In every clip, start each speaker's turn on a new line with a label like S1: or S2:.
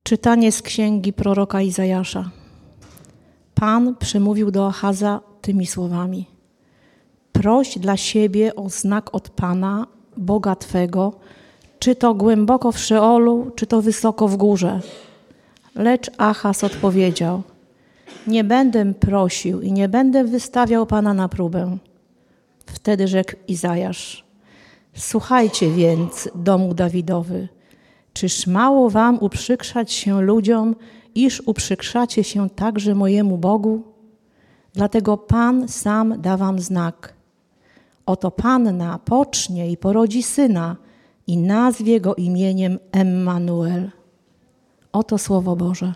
S1: Czytanie z księgi proroka Izajasza. Pan przemówił do Achaza tymi słowami. Proś dla siebie o znak od Pana, Boga Twego, czy to głęboko w Szeolu, czy to wysoko w górze. Lecz Achaz odpowiedział, nie będę prosił i nie będę wystawiał Pana na próbę. Wtedy rzekł Izajasz, słuchajcie więc, domu Dawidowy, czyż mało wam uprzykrzać się ludziom, iż uprzykrzacie się także mojemu Bogu? Dlatego Pan sam da wam znak. Oto panna pocznie i porodzi syna i nazwie go imieniem Emmanuel. Oto Słowo Boże.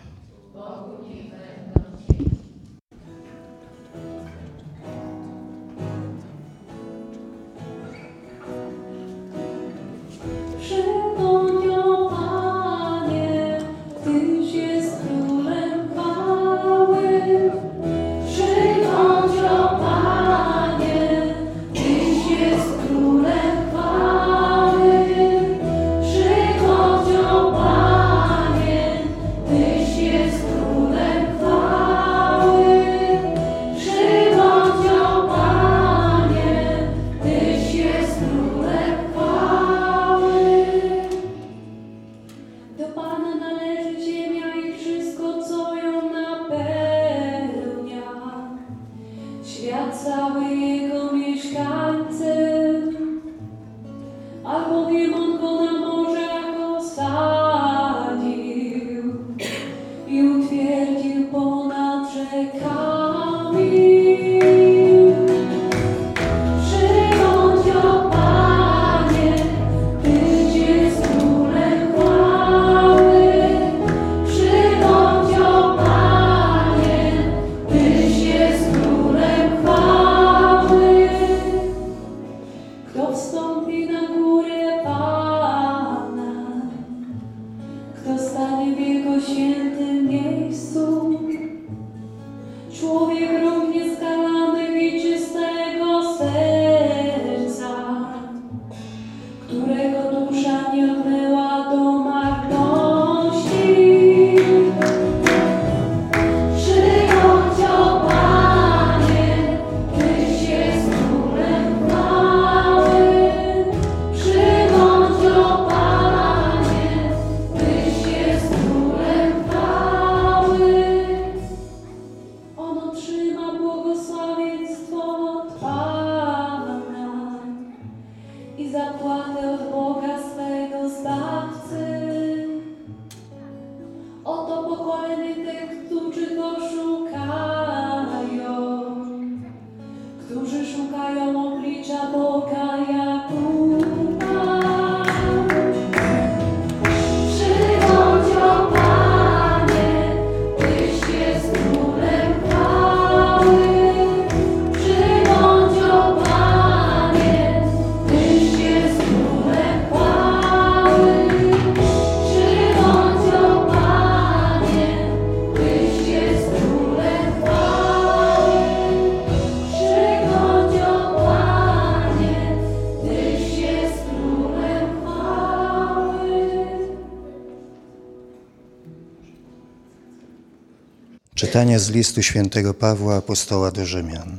S2: Czytanie z listu świętego Pawła, apostoła do Rzymian.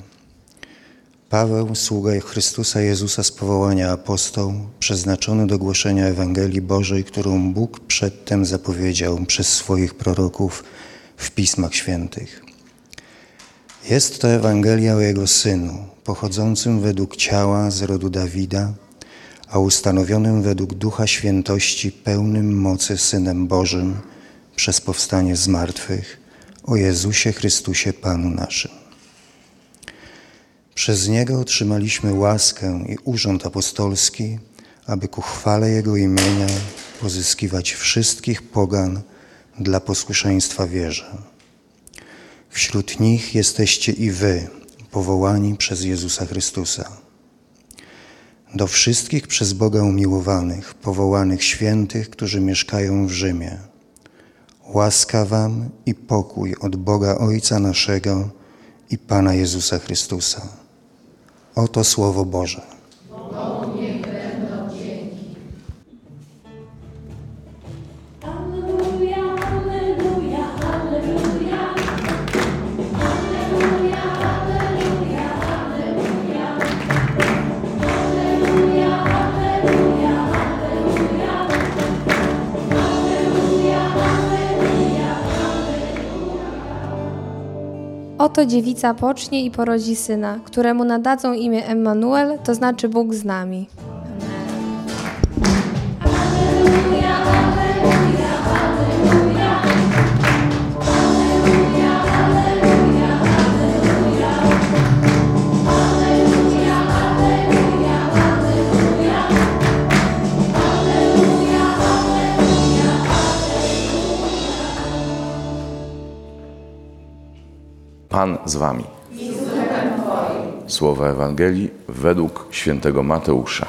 S2: Paweł, sługa Chrystusa Jezusa z powołania apostoł, przeznaczony do głoszenia Ewangelii Bożej, którą Bóg przedtem zapowiedział przez swoich proroków w Pismach Świętych. Jest to Ewangelia o Jego Synu, pochodzącym według ciała z rodu Dawida, a ustanowionym według Ducha Świętości, pełnym mocy Synem Bożym przez powstanie z martwych, o Jezusie Chrystusie Panu naszym. Przez Niego otrzymaliśmy łaskę i urząd apostolski, aby ku chwale Jego imienia pozyskiwać wszystkich pogan dla posłuszeństwa wierze. Wśród nich jesteście i wy, powołani przez Jezusa Chrystusa. Do wszystkich przez Boga umiłowanych, powołanych świętych, którzy mieszkają w Rzymie. Łaska wam i pokój od Boga Ojca naszego i Pana Jezusa Chrystusa. Oto Słowo Boże.
S3: Bogu niech będą dzięki. Alleluja, alleluja. Oto dziewica pocznie i porodzi syna, któremu nadadzą imię Emmanuel, to znaczy Bóg z nami.
S4: Pan z wami. Słowa Ewangelii według świętego Mateusza.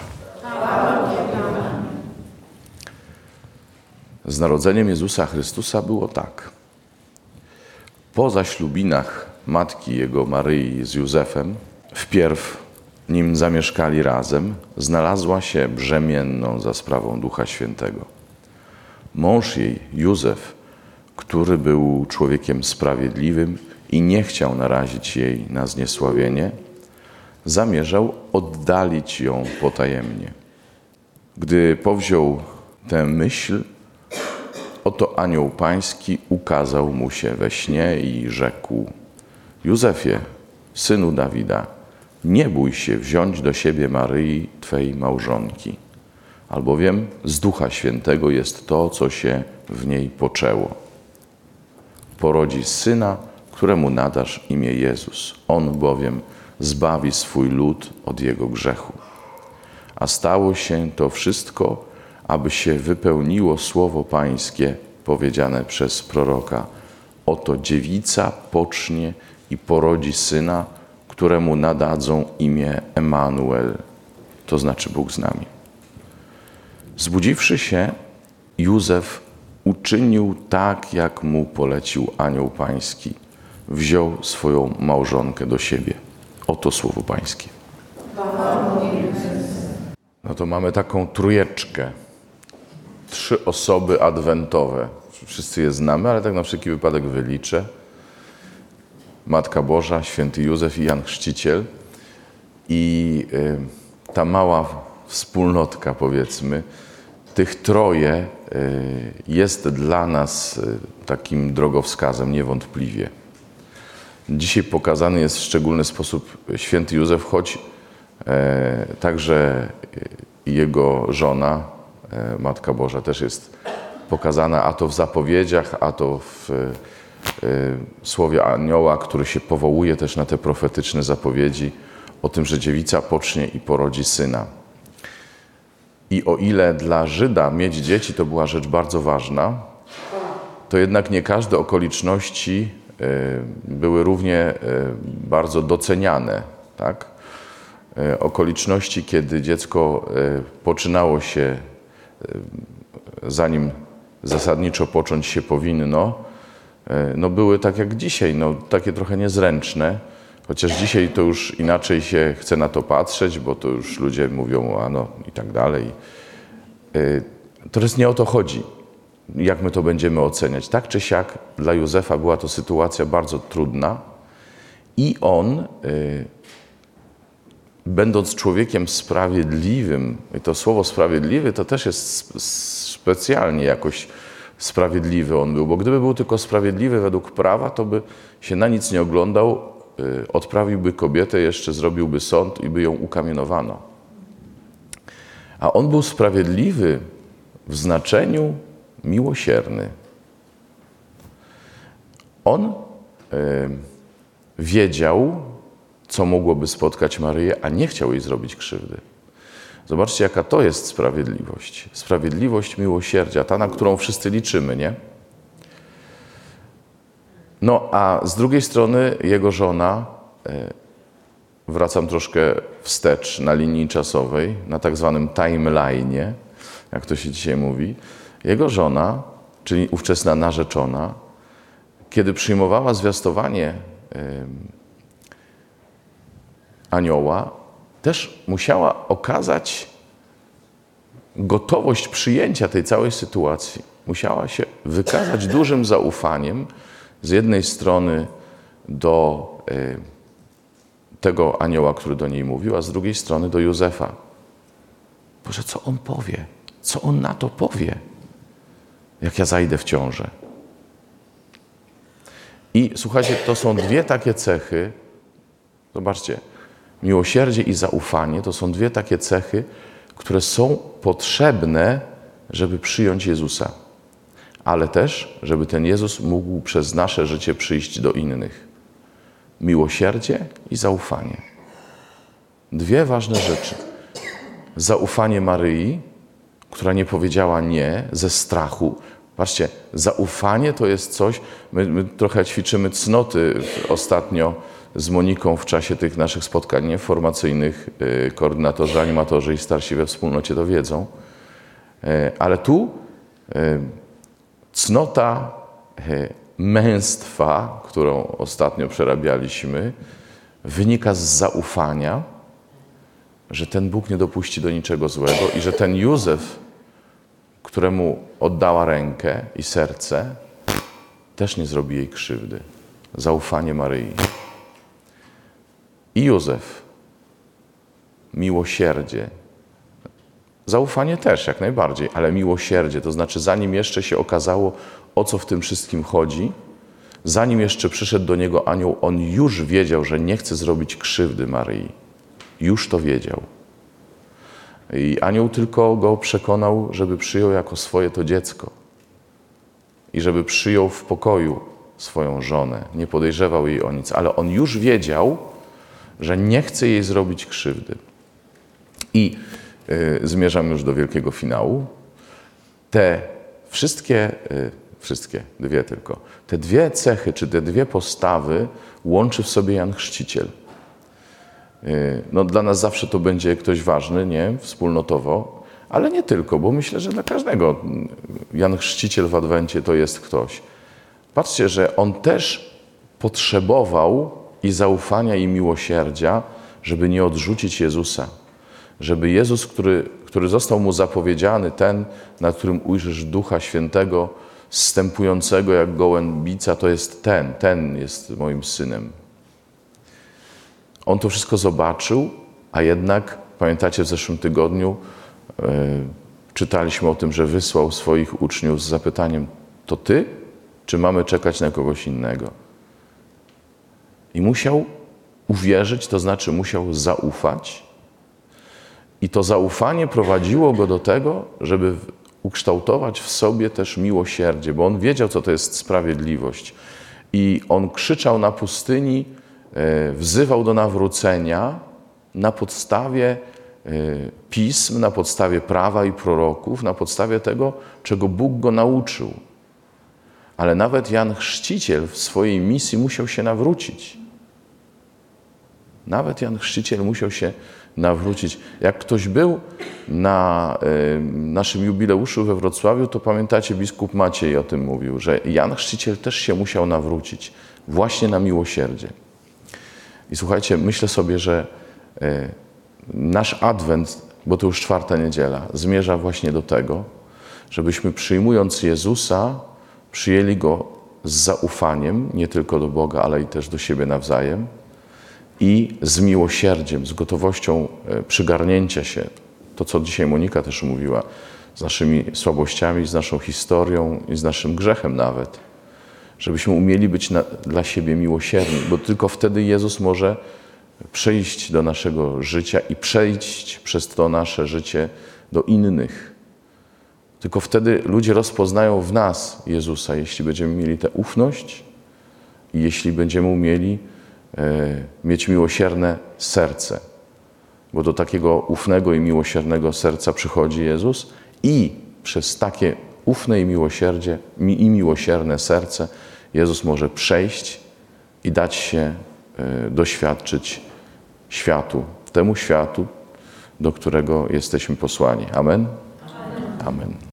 S4: Z narodzeniem Jezusa Chrystusa było tak. Po zaślubinach matki Jego Maryi z Józefem, wpierw, nim zamieszkali razem, znalazła się brzemienną za sprawą Ducha Świętego. Mąż jej, Józef, który był człowiekiem sprawiedliwym i nie chciał narazić jej na zniesławienie, zamierzał oddalić ją potajemnie. Gdy powziął tę myśl, oto anioł pański ukazał mu się we śnie i rzekł: Józefie, synu Dawida, nie bój się wziąć do siebie Maryi, twej małżonki, albowiem z Ducha Świętego jest to, co się w niej poczęło. Porodzi syna, któremu nadasz imię Jezus. On bowiem zbawi swój lud od jego grzechu. A stało się to wszystko, aby się wypełniło słowo pańskie powiedziane przez proroka. Oto dziewica pocznie i porodzi syna, któremu nadadzą imię Emmanuel, to znaczy Bóg z nami. Zbudziwszy się, Józef uczynił tak, jak mu polecił anioł pański. Wziął swoją małżonkę do siebie. Oto słowo pańskie. No to mamy taką trójeczkę. 3 osoby adwentowe. Wszyscy je znamy, ale tak na wszelki wypadek wyliczę. Matka Boża, święty Józef i Jan Chrzciciel. I ta mała wspólnotka, powiedzmy, tych troje jest dla nas takim drogowskazem, niewątpliwie. Dzisiaj pokazany jest w szczególny sposób święty Józef, choć także jego żona, Matka Boża, też jest pokazana, a to w zapowiedziach, a to w słowie anioła, który się powołuje też na te profetyczne zapowiedzi o tym, że dziewica pocznie i porodzi syna. I o ile dla Żyda mieć dzieci to była rzecz bardzo ważna, to jednak nie każde okoliczności były równie bardzo doceniane. Tak? Okoliczności, kiedy dziecko poczynało się, zanim zasadniczo począć się powinno, no były tak jak dzisiaj, no takie trochę niezręczne. Chociaż dzisiaj to już inaczej się chce na to patrzeć, bo to już ludzie mówią, a no i tak dalej. Teraz nie o to chodzi, jak my to będziemy oceniać. Tak czy siak dla Józefa była to sytuacja bardzo trudna i on, będąc człowiekiem sprawiedliwym, i to słowo sprawiedliwy to też jest specjalnie jakoś sprawiedliwy on był, bo gdyby był tylko sprawiedliwy według prawa, to by się na nic nie oglądał, odprawiłby kobietę, jeszcze zrobiłby sąd i by ją ukamienowano. A on był sprawiedliwy w znaczeniu miłosierny. On wiedział, co mogłoby spotkać Maryję, a nie chciał jej zrobić krzywdy. Zobaczcie, jaka to jest sprawiedliwość. Sprawiedliwość miłosierdzia, ta, na którą wszyscy liczymy, nie? No, a z drugiej strony jego żona, wracam troszkę wstecz na linii czasowej, na tak zwanym timeline'ie, jak to się dzisiaj mówi, jego żona, czyli ówczesna narzeczona, kiedy przyjmowała zwiastowanie anioła, też musiała okazać gotowość przyjęcia tej całej sytuacji. Musiała się wykazać dużym zaufaniem z jednej strony do tego anioła, który do niej mówił, a z drugiej strony do Józefa. Boże, co on powie? Co on na to powie, jak ja zajdę w ciążę? I słuchajcie, to są dwie takie cechy, zobaczcie, miłosierdzie i zaufanie to są dwie takie cechy, które są potrzebne, żeby przyjąć Jezusa, ale też, żeby ten Jezus mógł przez nasze życie przyjść do innych. Miłosierdzie i zaufanie. Dwie ważne rzeczy. Zaufanie Maryi, która nie powiedziała nie ze strachu. Patrzcie, zaufanie to jest coś, my trochę ćwiczymy cnoty ostatnio z Moniką w czasie tych naszych spotkań formacyjnych, koordynatorzy, animatorzy i starsi we wspólnocie to wiedzą. Ale tu cnota męstwa, którą ostatnio przerabialiśmy, wynika z zaufania, że ten Bóg nie dopuści do niczego złego i że ten Józef, któremu oddała rękę i serce, też nie zrobi jej krzywdy. Zaufanie Maryi. I Józef, miłosierdzie. Zaufanie też, jak najbardziej, ale miłosierdzie, to znaczy zanim jeszcze się okazało, o co w tym wszystkim chodzi, zanim jeszcze przyszedł do niego anioł, on już wiedział, że nie chce zrobić krzywdy Maryi. Już to wiedział. I anioł tylko go przekonał, żeby przyjął jako swoje to dziecko. I żeby przyjął w pokoju swoją żonę. Nie podejrzewał jej o nic, ale on już wiedział, że nie chce jej zrobić krzywdy. I zmierzam już do wielkiego finału. Te dwie tylko, te dwie cechy, czy te dwie postawy łączy w sobie Jan Chrzciciel. No, dla nas zawsze to będzie ktoś ważny, nie? Wspólnotowo, ale nie tylko, bo myślę, że dla każdego Jan Chrzciciel w Adwencie to jest ktoś. Patrzcie, że on też potrzebował i zaufania, i miłosierdzia, żeby nie odrzucić Jezusa. Żeby Jezus, który został mu zapowiedziany, ten, na którym ujrzysz Ducha Świętego, zstępującego jak gołębica, to jest ten jest moim Synem. On to wszystko zobaczył, a jednak, pamiętacie, w zeszłym tygodniu czytaliśmy o tym, że wysłał swoich uczniów z zapytaniem: to ty, czy mamy czekać na kogoś innego? I musiał uwierzyć, to znaczy musiał zaufać. I to zaufanie prowadziło go do tego, żeby ukształtować w sobie też miłosierdzie, bo on wiedział, co to jest sprawiedliwość. I on krzyczał na pustyni, wzywał do nawrócenia na podstawie pism, na podstawie prawa i proroków, na podstawie tego, czego Bóg go nauczył. Ale nawet Jan Chrzciciel w swojej misji musiał się nawrócić. Nawet Jan Chrzciciel musiał się nawrócić. Jak ktoś był na naszym jubileuszu we Wrocławiu, to pamiętacie, biskup Maciej o tym mówił, że Jan Chrzciciel też się musiał nawrócić właśnie na miłosierdzie. I słuchajcie, myślę sobie, że nasz Adwent, bo to już 4. niedziela, zmierza właśnie do tego, żebyśmy przyjmując Jezusa, przyjęli Go z zaufaniem, nie tylko do Boga, ale i też do siebie nawzajem, i z miłosierdziem, z gotowością przygarnięcia się. To, co dzisiaj Monika też mówiła, z naszymi słabościami, z naszą historią i z naszym grzechem nawet. Żebyśmy umieli być dla siebie miłosierni, bo tylko wtedy Jezus może przyjść do naszego życia i przejść przez to nasze życie do innych. Tylko wtedy ludzie rozpoznają w nas Jezusa, jeśli będziemy mieli tę ufność i jeśli będziemy umieli mieć miłosierne serce. Bo do takiego ufnego i miłosiernego serca przychodzi Jezus i przez takie ufne i miłosierne serce Jezus może przejść i dać się doświadczyć światu, temu światu, do którego jesteśmy posłani. Amen? Amen.